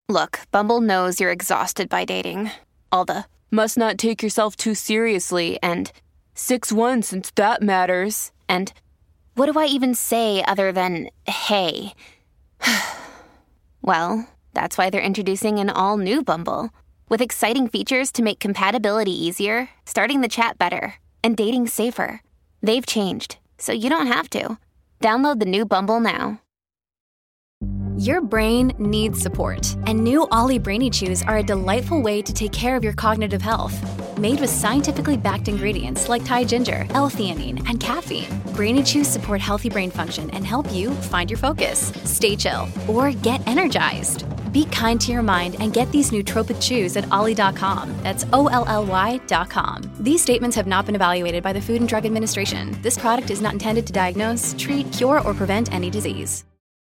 Look, Bumble knows you're exhausted by dating. All the must not take yourself too seriously and 6'1" since that matters. And what do I even say other than hey? Well, that's why they're introducing an all-new Bumble with exciting features to make compatibility easier, starting the chat better, and dating safer. They've changed, so you don't have to. Download the new Bumble now. Your brain needs support, and new Ollie Brainy Chews are a delightful way to take care of your cognitive health. Made with scientifically backed ingredients like Thai ginger, L-theanine, and caffeine, Brainy Chews support healthy brain function and help you find your focus, stay chill, or get energized. Be kind to your mind and get these nootropic chews at ollie.com. That's OLLY.com. These statements have not been evaluated by the Food and Drug Administration. This product is not intended to diagnose, treat, cure, or prevent any disease.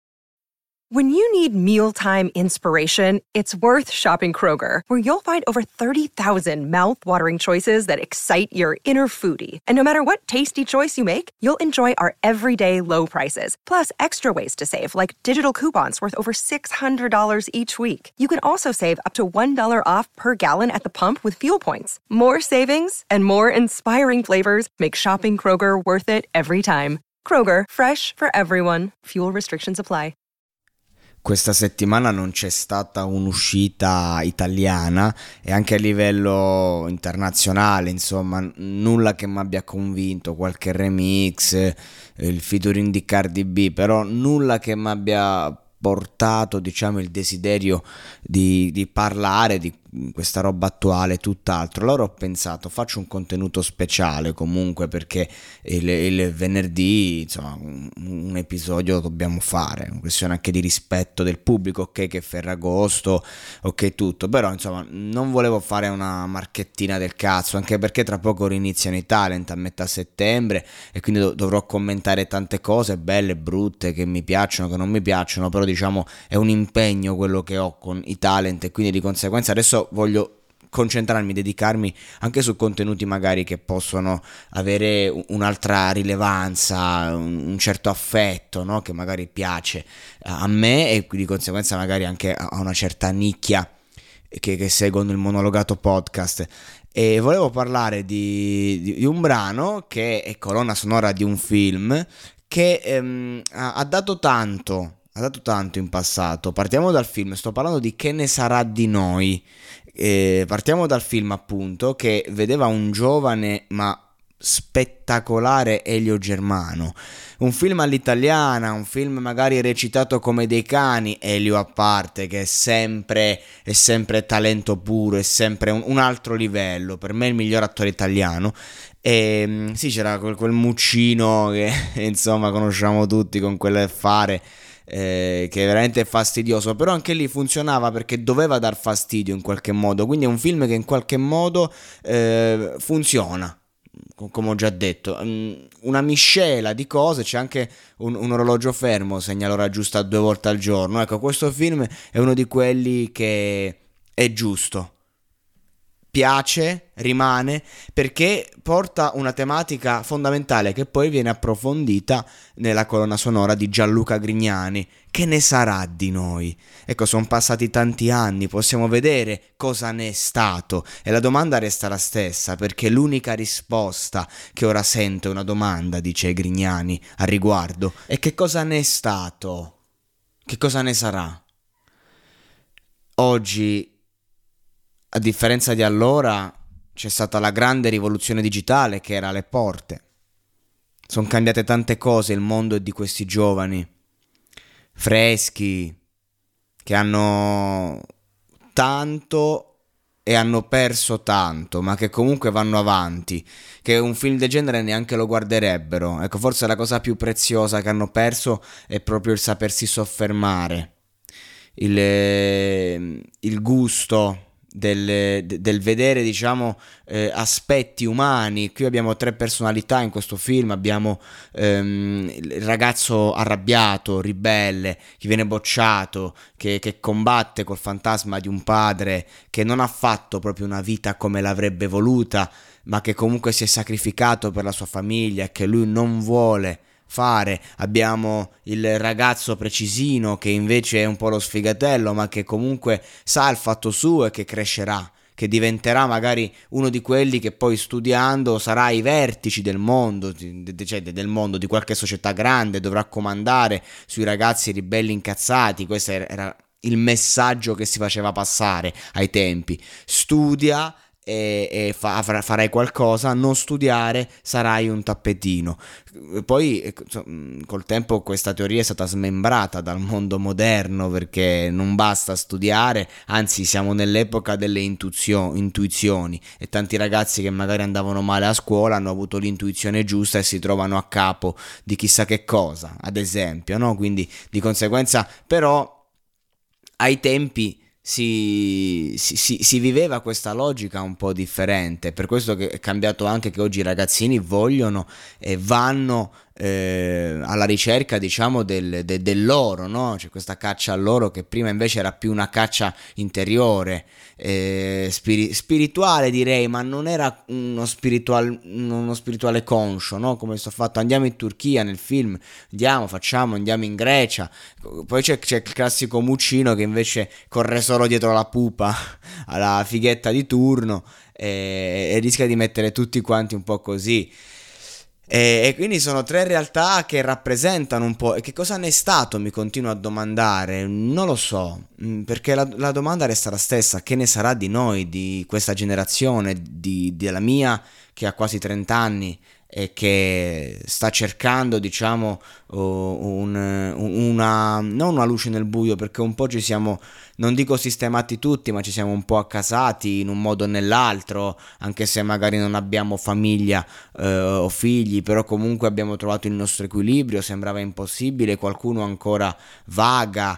When you need mealtime inspiration, it's worth shopping Kroger, where you'll find over 30,000 mouth-watering choices that excite your inner foodie. And no matter what tasty choice you make, you'll enjoy our everyday low prices, plus extra ways to save, like digital coupons worth over $600 each week. You can also save up to $1 off per gallon at the pump with fuel points. More savings and more inspiring flavors make shopping Kroger worth it every time. Kroger, fresh for everyone. Fuel restrictions apply. Questa settimana non c'è stata un'uscita italiana e anche a livello internazionale, insomma, nulla che mi abbia convinto, qualche remix, il featuring di Cardi B, però nulla che mi abbia portato, diciamo, il desiderio di parlare di questa roba attuale, tutt'altro. Allora ho pensato, faccio un contenuto speciale comunque, perché il venerdì, insomma, un episodio lo dobbiamo fare, una questione anche di rispetto del pubblico, ok che è Ferragosto, ok tutto, però insomma non volevo fare una marchettina del cazzo, anche perché tra poco riniziano i talent a metà settembre e quindi dovrò commentare tante cose belle e brutte che mi piacciono, che non mi piacciono, però diciamo è un impegno quello che ho con i talent e quindi di conseguenza adesso voglio concentrarmi, dedicarmi anche su contenuti magari che possono avere un'altra rilevanza, un certo affetto, no? Che magari piace a me e di conseguenza magari anche a una certa nicchia che seguono il monologato podcast. E volevo parlare di un brano che è colonna sonora di un film che ha dato tanto in passato. Partiamo dal film, sto parlando di Che ne sarà di noi. Partiamo dal film, appunto, che vedeva un giovane ma spettacolare Elio Germano, un film all'italiana, un film magari recitato come dei cani, Elio a parte, che è sempre talento puro, è sempre un altro livello, per me è il miglior attore italiano. E sì, c'era quel Muccino che insomma conosciamo tutti, con quell'affare che è veramente fastidioso, però anche lì funzionava perché doveva dar fastidio in qualche modo, quindi è un film che in qualche modo funziona, come ho già detto, una miscela di cose. C'è anche un orologio fermo, segna l'ora giusta 2 volte al giorno. Ecco, questo film è uno di quelli che è giusto, piace, rimane, perché porta una tematica fondamentale che poi viene approfondita nella colonna sonora di Gianluca Grignani. Che ne sarà di noi? Ecco, sono passati tanti anni, possiamo vedere cosa ne è stato e la domanda resta la stessa, perché l'unica risposta che ora sento è una domanda, dice Grignani a riguardo: e che cosa ne è stato? Che cosa ne sarà? Oggi, a differenza di allora, c'è stata la grande rivoluzione digitale che era alle porte. Sono cambiate tante cose, il mondo è di questi giovani freschi che hanno tanto e hanno perso tanto, ma che comunque vanno avanti, che un film del genere neanche lo guarderebbero. Ecco, forse la cosa più preziosa che hanno perso è proprio il sapersi soffermare, il gusto del vedere, diciamo, aspetti umani. Qui abbiamo 3 personalità in questo film. Abbiamo il ragazzo arrabbiato, ribelle, che viene bocciato, che combatte col fantasma di un padre che non ha fatto proprio una vita come l'avrebbe voluta, ma che comunque si è sacrificato per la sua famiglia e che lui non vuole fare, abbiamo il ragazzo precisino che invece è un po' lo sfigatello, ma che comunque sa il fatto suo e che crescerà, che diventerà magari uno di quelli che poi studiando sarà ai vertici del mondo, cioè del mondo, di qualche società grande, dovrà comandare sui ragazzi ribelli incazzati. Questo era il messaggio che si faceva passare ai tempi: studia farai qualcosa, non studiare sarai un tappetino. Poi col tempo questa teoria è stata smembrata dal mondo moderno, perché non basta studiare, anzi siamo nell'epoca delle intuizioni, e tanti ragazzi che magari andavano male a scuola hanno avuto l'intuizione giusta e si trovano a capo di chissà che cosa, ad esempio, no? Quindi di conseguenza però ai tempi si viveva questa logica un po' differente, per questo che è cambiato anche che oggi i ragazzini vogliono e vanno alla ricerca, diciamo, dell'oro, no? C'è questa caccia all'oro che prima invece era più una caccia interiore, spirituale direi, ma non era uno spirituale conscio, no? Come sto fatto, andiamo in Turchia nel film, andiamo in Grecia, poi c'è il classico Muccino che invece corre solo dietro la pupa alla fighetta di turno e rischia di mettere tutti quanti un po' così. E quindi sono tre realtà che rappresentano un po'. E che cosa ne è stato, mi continuo a domandare? Non lo so, perché la domanda resta la stessa: che ne sarà di noi, di questa generazione, della mia che ha quasi 30 anni e che sta cercando, diciamo, non una luce nel buio, perché un po' ci siamo, non dico sistemati tutti, ma ci siamo un po' accasati in un modo o nell'altro, anche se magari non abbiamo famiglia o figli, però comunque abbiamo trovato il nostro equilibrio. Sembrava impossibile, qualcuno ancora vaga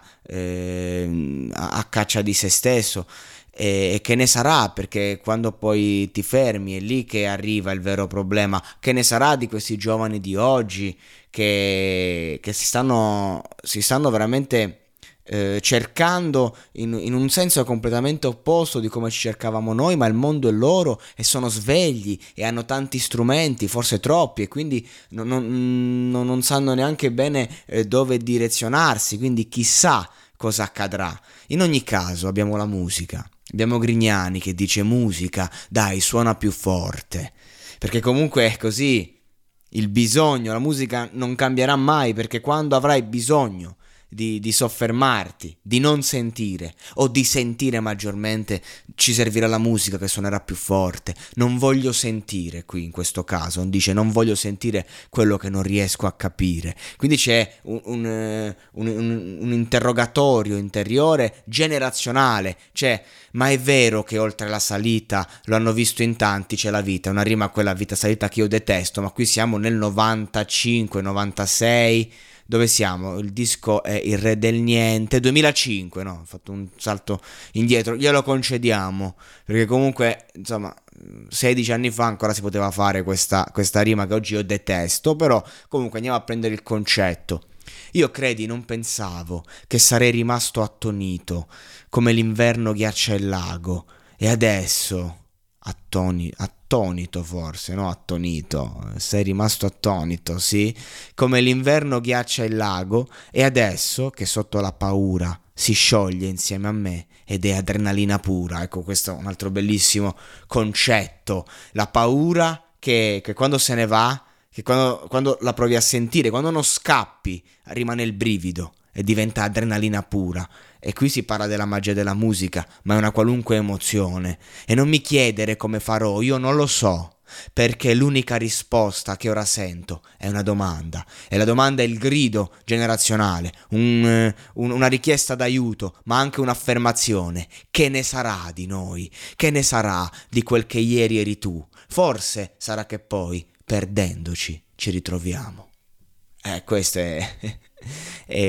a caccia di se stesso. E che ne sarà, perché quando poi ti fermi è lì che arriva il vero problema. Che ne sarà di questi giovani di oggi che si stanno veramente cercando in un senso completamente opposto di come ci cercavamo noi, ma il mondo è loro e sono svegli e hanno tanti strumenti, forse troppi, e quindi non sanno neanche bene dove direzionarsi, quindi chissà cosa accadrà. In ogni caso abbiamo la musica. Abbiamo Grignani che dice: musica, dai, suona più forte. Perché comunque è così, il bisogno, la musica non cambierà mai, perché quando avrai bisogno di soffermarti, di non sentire o di sentire maggiormente, ci servirà la musica che suonerà più forte. Non voglio sentire, qui in questo caso dice, non voglio sentire quello che non riesco a capire. Quindi c'è un interrogatorio interiore generazionale, cioè: ma è vero che oltre la salita, lo hanno visto in tanti, c'è la vita, una rima a quella vita salita che io detesto, ma qui siamo nel 95, 96, dove siamo? Il disco è Il Re del Niente, 2005, no? Ho fatto un salto indietro, glielo concediamo, perché comunque, insomma, 16 anni fa ancora si poteva fare questa rima che oggi io detesto, però comunque andiamo a prendere il concetto. Io, credi, non pensavo che sarei rimasto attonito come l'inverno ghiaccia il lago, e adesso attonito forse, no? Attonito, sei rimasto attonito, sì? Come l'inverno ghiaccia il lago, e adesso che sotto la paura si scioglie insieme a me ed è adrenalina pura. Ecco, questo è un altro bellissimo concetto. La paura che quando se ne va, che quando la provi a sentire, quando non scappi, rimane il brivido e diventa adrenalina pura. E qui si parla della magia della musica, ma è una qualunque emozione. E non mi chiedere come farò, io non lo so, perché l'unica risposta che ora sento è una domanda. E la domanda è il grido generazionale, una richiesta d'aiuto, ma anche un'affermazione. Che ne sarà di noi? Che ne sarà di quel che ieri eri tu? Forse sarà che poi, perdendoci, ci ritroviamo. Questa è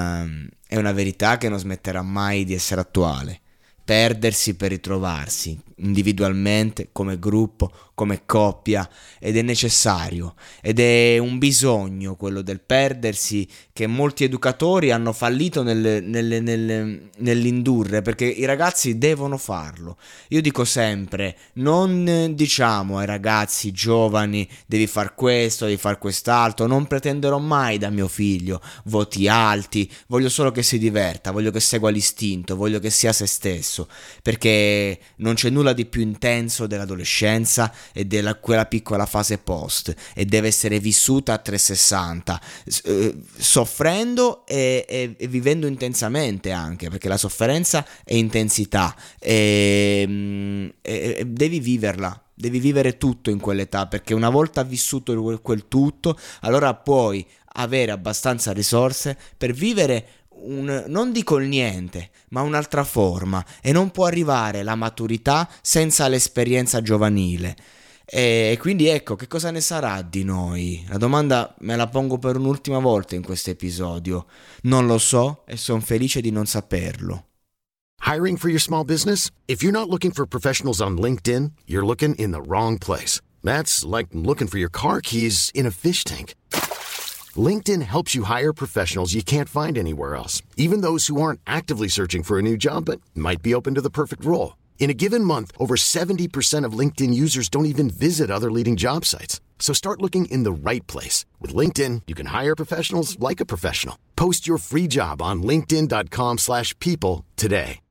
una verità che non smetterà mai di essere attuale. Perdersi per ritrovarsi. individualmente, come gruppo, come coppia, ed è necessario, ed è un bisogno quello del perdersi che molti educatori hanno fallito nell'indurre, perché i ragazzi devono farlo. Io dico sempre, non diciamo ai ragazzi giovani devi far questo, devi far quest'altro, non pretenderò mai da mio figlio voti alti, voglio solo che si diverta, voglio che segua l'istinto, voglio che sia se stesso, perché non c'è nulla di più intenso dell'adolescenza e quella piccola fase post, e deve essere vissuta a 360, soffrendo e vivendo intensamente, anche perché la sofferenza è intensità, e devi viverla. Devi vivere tutto in quell'età, perché una volta vissuto quel tutto, allora puoi avere abbastanza risorse per vivere non dico il niente, ma un'altra forma, e non può arrivare la maturità senza l'esperienza giovanile. E quindi ecco, che cosa ne sarà di noi? La domanda me la pongo per un'ultima volta in questo episodio. Non lo so e sono felice di non saperlo. Hiring for your small business? If you're not looking for professionals on LinkedIn, you're looking in the wrong place. That's like looking for your car keys in a fish tank. LinkedIn helps you hire professionals you can't find anywhere else, even those who aren't actively searching for a new job but might be open to the perfect role. In a given month, over 70% of LinkedIn users don't even visit other leading job sites. So start looking in the right place. With LinkedIn, you can hire professionals like a professional. Post your free job on linkedin.com/people today.